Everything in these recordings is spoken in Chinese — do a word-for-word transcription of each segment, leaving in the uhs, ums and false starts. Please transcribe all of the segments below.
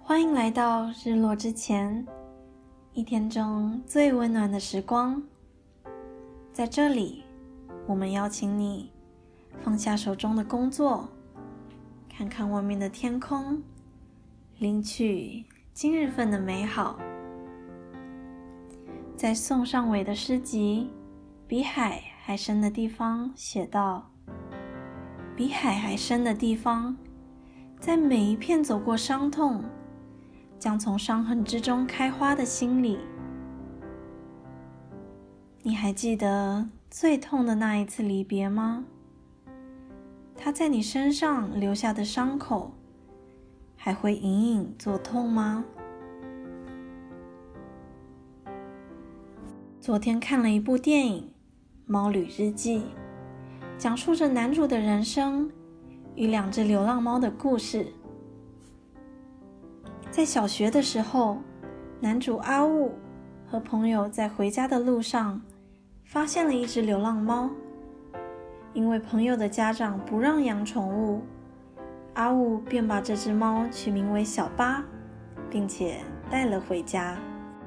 欢迎来到日落之前，一天中最温暖的时光。在这里，我们邀请你放下手中的工作，看看外面的天空，领取今日份的美好。在宋尚伟的诗集《比海还深的地方》写道：比海还深的地方，在每一片走过伤痛，将从伤痕之中开花的心里。你还记得最痛的那一次离别吗？它在你身上留下的伤口，还会隐隐作痛吗？昨天看了一部电影《猫旅日记》，讲述着男主的人生与两只流浪猫的故事。在小学的时候，男主阿雾和朋友在回家的路上发现了一只流浪猫。因为朋友的家长不让养宠物，阿雾便把这只猫取名为小巴，并且带了回家。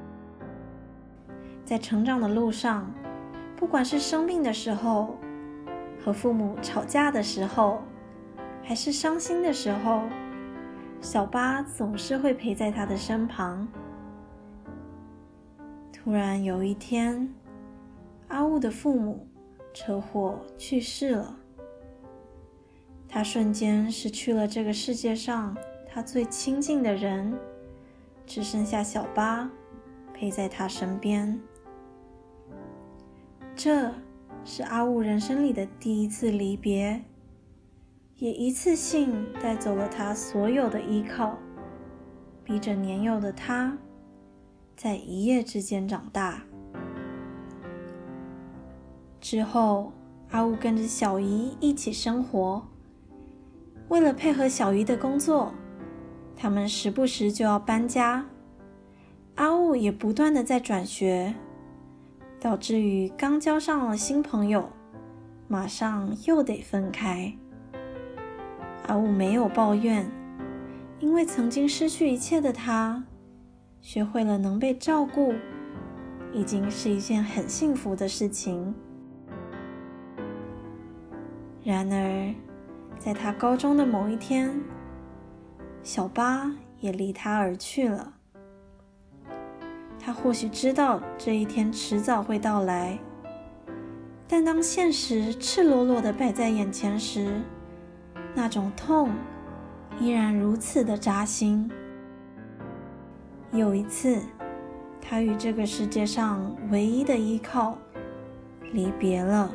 在成长的路上，不管是生病的时候，和父母吵架的时候，还是伤心的时候，小巴总是会陪在他的身旁。突然有一天，阿雾的父母车祸去世了，他瞬间失去了这个世界上他最亲近的人，只剩下小巴陪在他身边。这是阿雾人生里的第一次离别，也一次性带走了他所有的依靠，逼着年幼的他在一夜之间长大。之后，阿雾跟着小姨一起生活。为了配合小姨的工作，他们时不时就要搬家。阿雾也不断的在转学，导致于刚交上了新朋友，马上又得分开。阿雾没有抱怨，因为曾经失去一切的他，学会了能被照顾，已经是一件很幸福的事情。然而，在他高中的某一天，小巴也离他而去了。他或许知道这一天迟早会到来，但当现实赤裸裸地摆在眼前时，那种痛依然如此的扎心。有一次，他与这个世界上唯一的依靠离别了。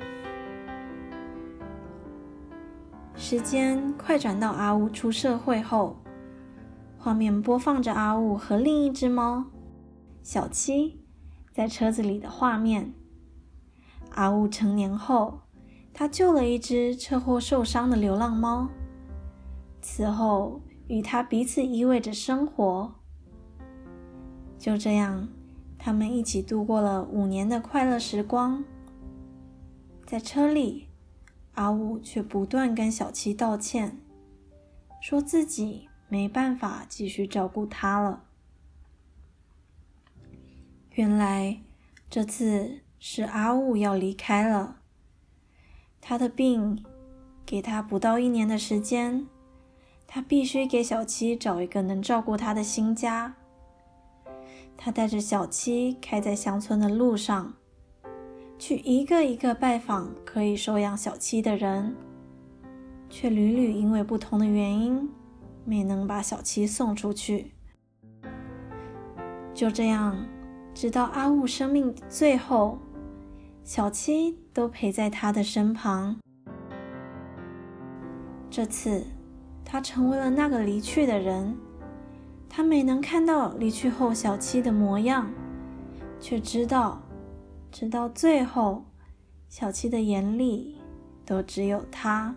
时间快转到阿雾出社会后，画面播放着阿雾和另一只猫小七在车子里的画面。阿雾成年后，他救了一只车祸受伤的流浪猫，此后与他彼此依偎着生活。就这样，他们一起度过了五年的快乐时光。在车里，阿雾却不断跟小七道歉，说自己没办法继续照顾他了。原来这次是阿雾要离开了，他的病给他不到一年的时间，他必须给小七找一个能照顾他的新家。他带着小七开在乡村的路上，去一个一个拜访可以收养小七的人，却屡屡因为不同的原因没能把小七送出去。就这样，直到阿雾生命的最后，小七都陪在他的身旁。这次，他成为了那个离去的人。他没能看到离去后小七的模样，却知道，直到最后，小七的眼里都只有他。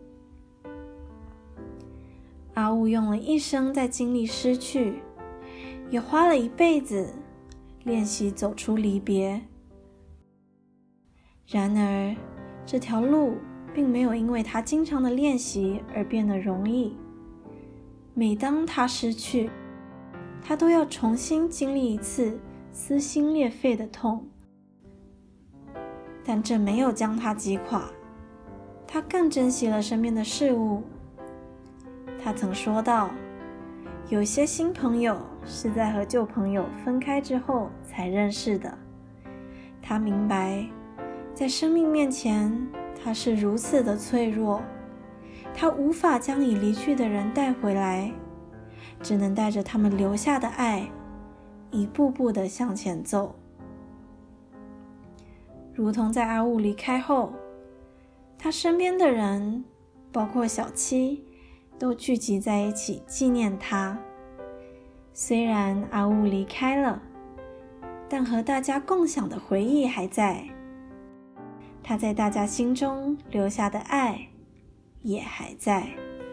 阿雾用了一生在经历失去，也花了一辈子练习走出离别。然而，这条路并没有因为他经常的练习而变得容易。 每当他失去，他都要重新经历一次撕心裂肺的痛。但这没有将他击垮，他更珍惜了身边的事物。他曾说道，有些新朋友是在和旧朋友分开之后才认识的。他明白，在生命面前，他是如此的脆弱，他无法将已离去的人带回来，只能带着他们留下的爱，一步步地向前走。如同在阿雾离开后，他身边的人，包括小七，都聚集在一起纪念他。虽然阿雾离开了，但和大家共享的回忆还在，他在大家心中留下的爱也还在。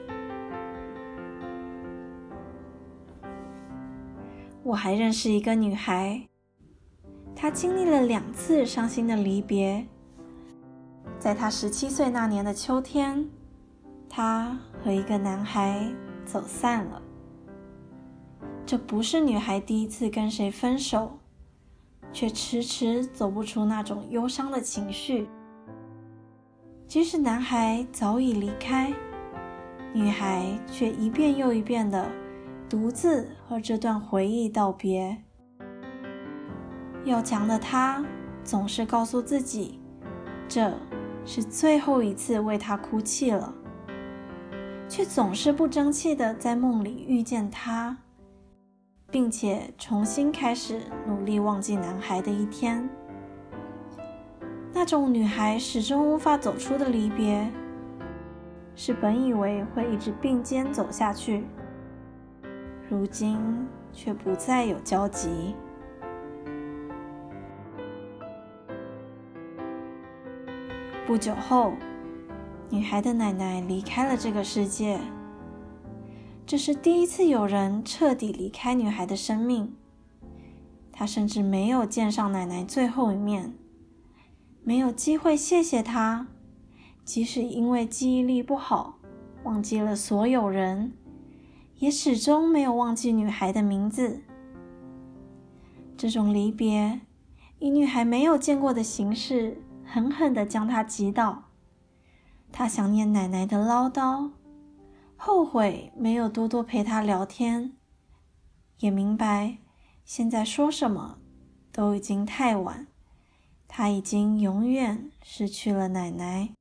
我还认识一个女孩，她经历了两次伤心的离别。在她十七岁那年的秋天，她和一个男孩走散了。这不是女孩第一次跟谁分手，却迟迟走不出那种忧伤的情绪。即使男孩早已离开，女孩却一遍又一遍地独自和这段回忆道别。要强的她总是告诉自己，这是最后一次为他哭泣了，却总是不争气地在梦里遇见他，并且重新开始努力忘记男孩的一天。那种女孩始终无法走出的离别，是本以为会一直并肩走下去，如今却不再有交集。不久后，女孩的奶奶离开了这个世界。这是第一次有人彻底离开女孩的生命。她甚至没有见上奶奶最后一面，没有机会谢谢她，即使因为记忆力不好，忘记了所有人，也始终没有忘记女孩的名字。这种离别，以女孩没有见过的形式，狠狠地将她击倒。她想念奶奶的唠叨，后悔没有多多陪她聊天，也明白现在说什么都已经太晚，她已经永远失去了奶奶。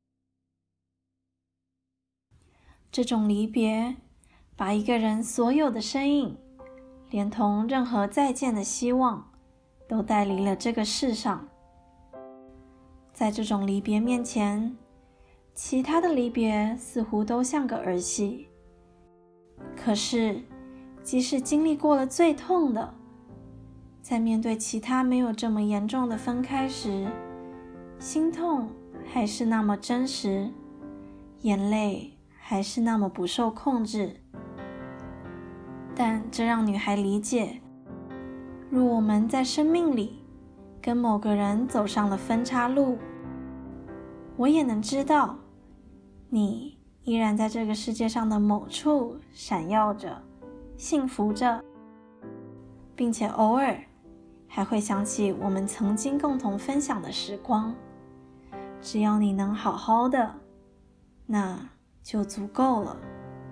这种离别，把一个人所有的身影，连同任何再见的希望，都带离了这个世上。在这种离别面前，其他的离别似乎都像个儿戏。可是，即使经历过了最痛的，在面对其他没有这么严重的分开时，心痛还是那么真实，眼泪还是那么不受控制。但这让女孩理解，若我们在生命里跟某个人走上了分岔路，我也能知道，你依然在这个世界上的某处闪耀着，幸福着，并且偶尔还会想起我们曾经共同分享的时光。只要你能好好的，那就足够了。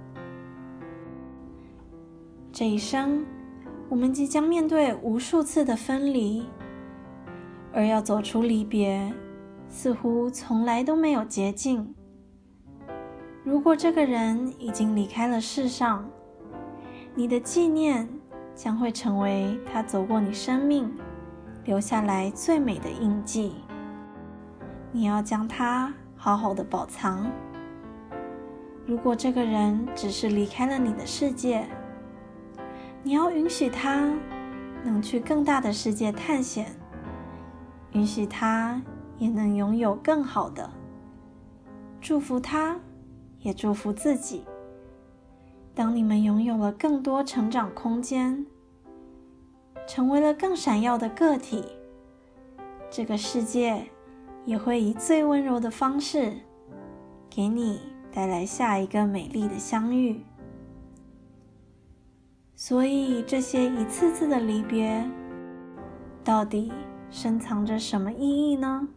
这一生，我们即将面对无数次的分离，而要走出离别，似乎从来都没有捷径。如果这个人已经离开了世上，你的纪念将会成为他走过你生命留下来最美的印记。你要将它好好的保藏。如果这个人只是离开了你的世界，你要允许他能去更大的世界探险，允许他也能拥有更好的，祝福他，也祝福自己。当你们拥有了更多成长空间，成为了更闪耀的个体，这个世界也会以最温柔的方式给你带来下一个美丽的相遇。 所以这些一次次的离别，到底深藏着什么意义呢？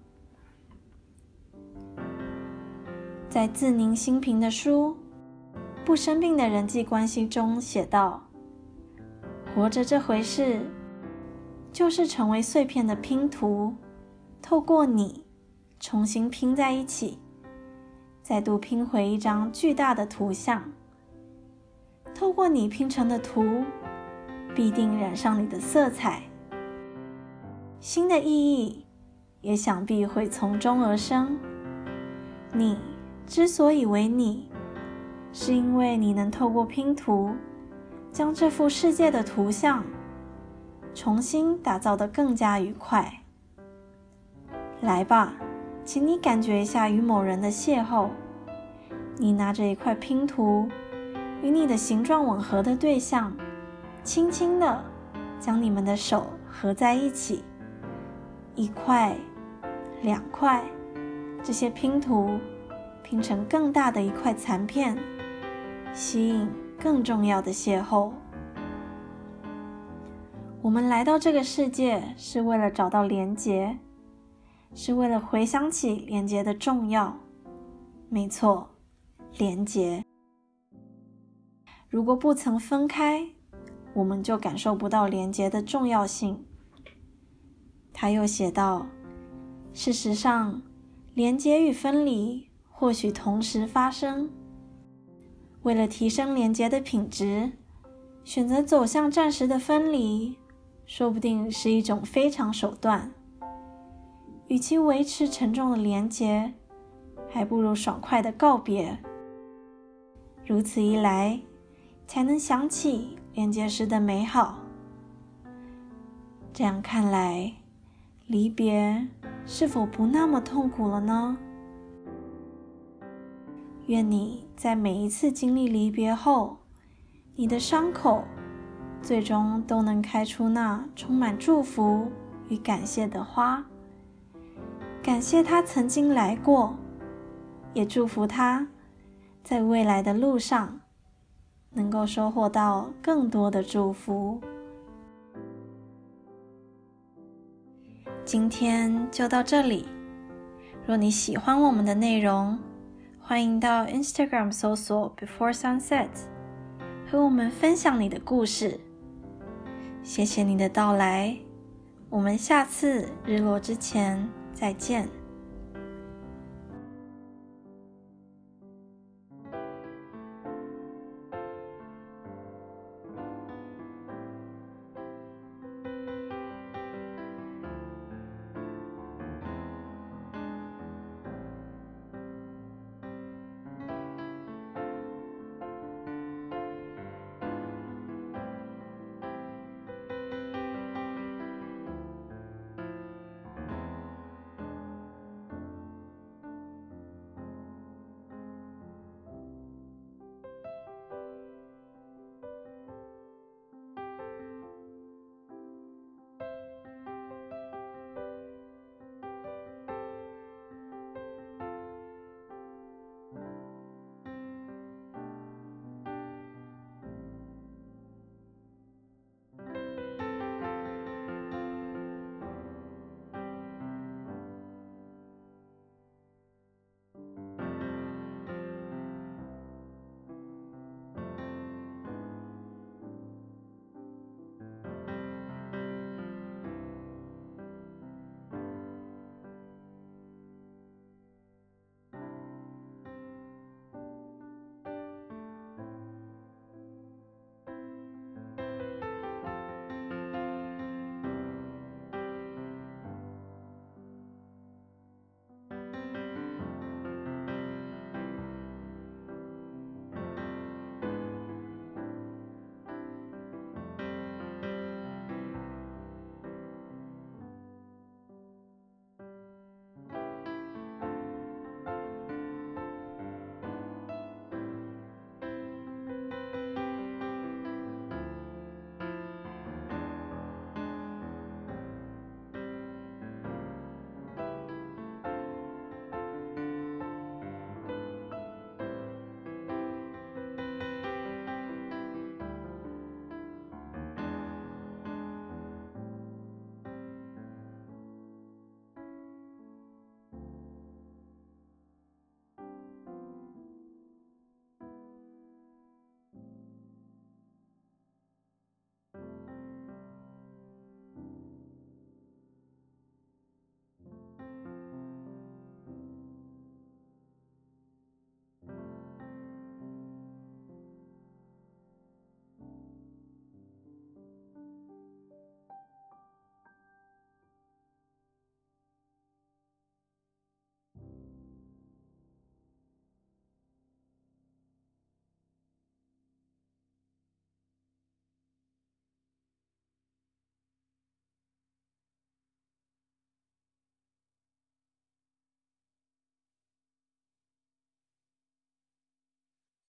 在自宁新平的书《不生病的人际关系》中写道，活着这回事，就是成为碎片的拼图，透过你重新拼在一起，再度拼回一张巨大的图像。透过你拼成的图，必定染上你的色彩，新的意义也想必会从中而生。你之所以为你，是因为你能透过拼图，将这幅世界的图像重新打造得更加愉快。来吧，请你感觉一下与某人的邂逅，你拿着一块拼图，与你的形状吻合的对象，轻轻地将你们的手合在一起，一块、两块，这些拼图拼成更大的一块残片，吸引更重要的邂逅。我们来到这个世界是为了找到连结，是为了回想起连结的重要。没错，连结。如果不曾分开，我们就感受不到连结的重要性。他又写道，事实上，连结与分离或许同时发生。为了提升连结的品质，选择走向暂时的分离，说不定是一种非常手段。与其维持沉重的连结，还不如爽快的告别。如此一来，才能想起连结时的美好。这样看来，离别是否不那么痛苦了呢？愿你在每一次经历离别后，你的伤口最终都能开出那充满祝福与感谢的花。感谢他曾经来过，也祝福他在未来的路上能够收获到更多的祝福。今天就到这里。若你喜欢我们的内容，欢迎到 Instagram 搜索 Before Sunset， 和我们分享你的故事。谢谢你的到来，我们下次日落之前再见。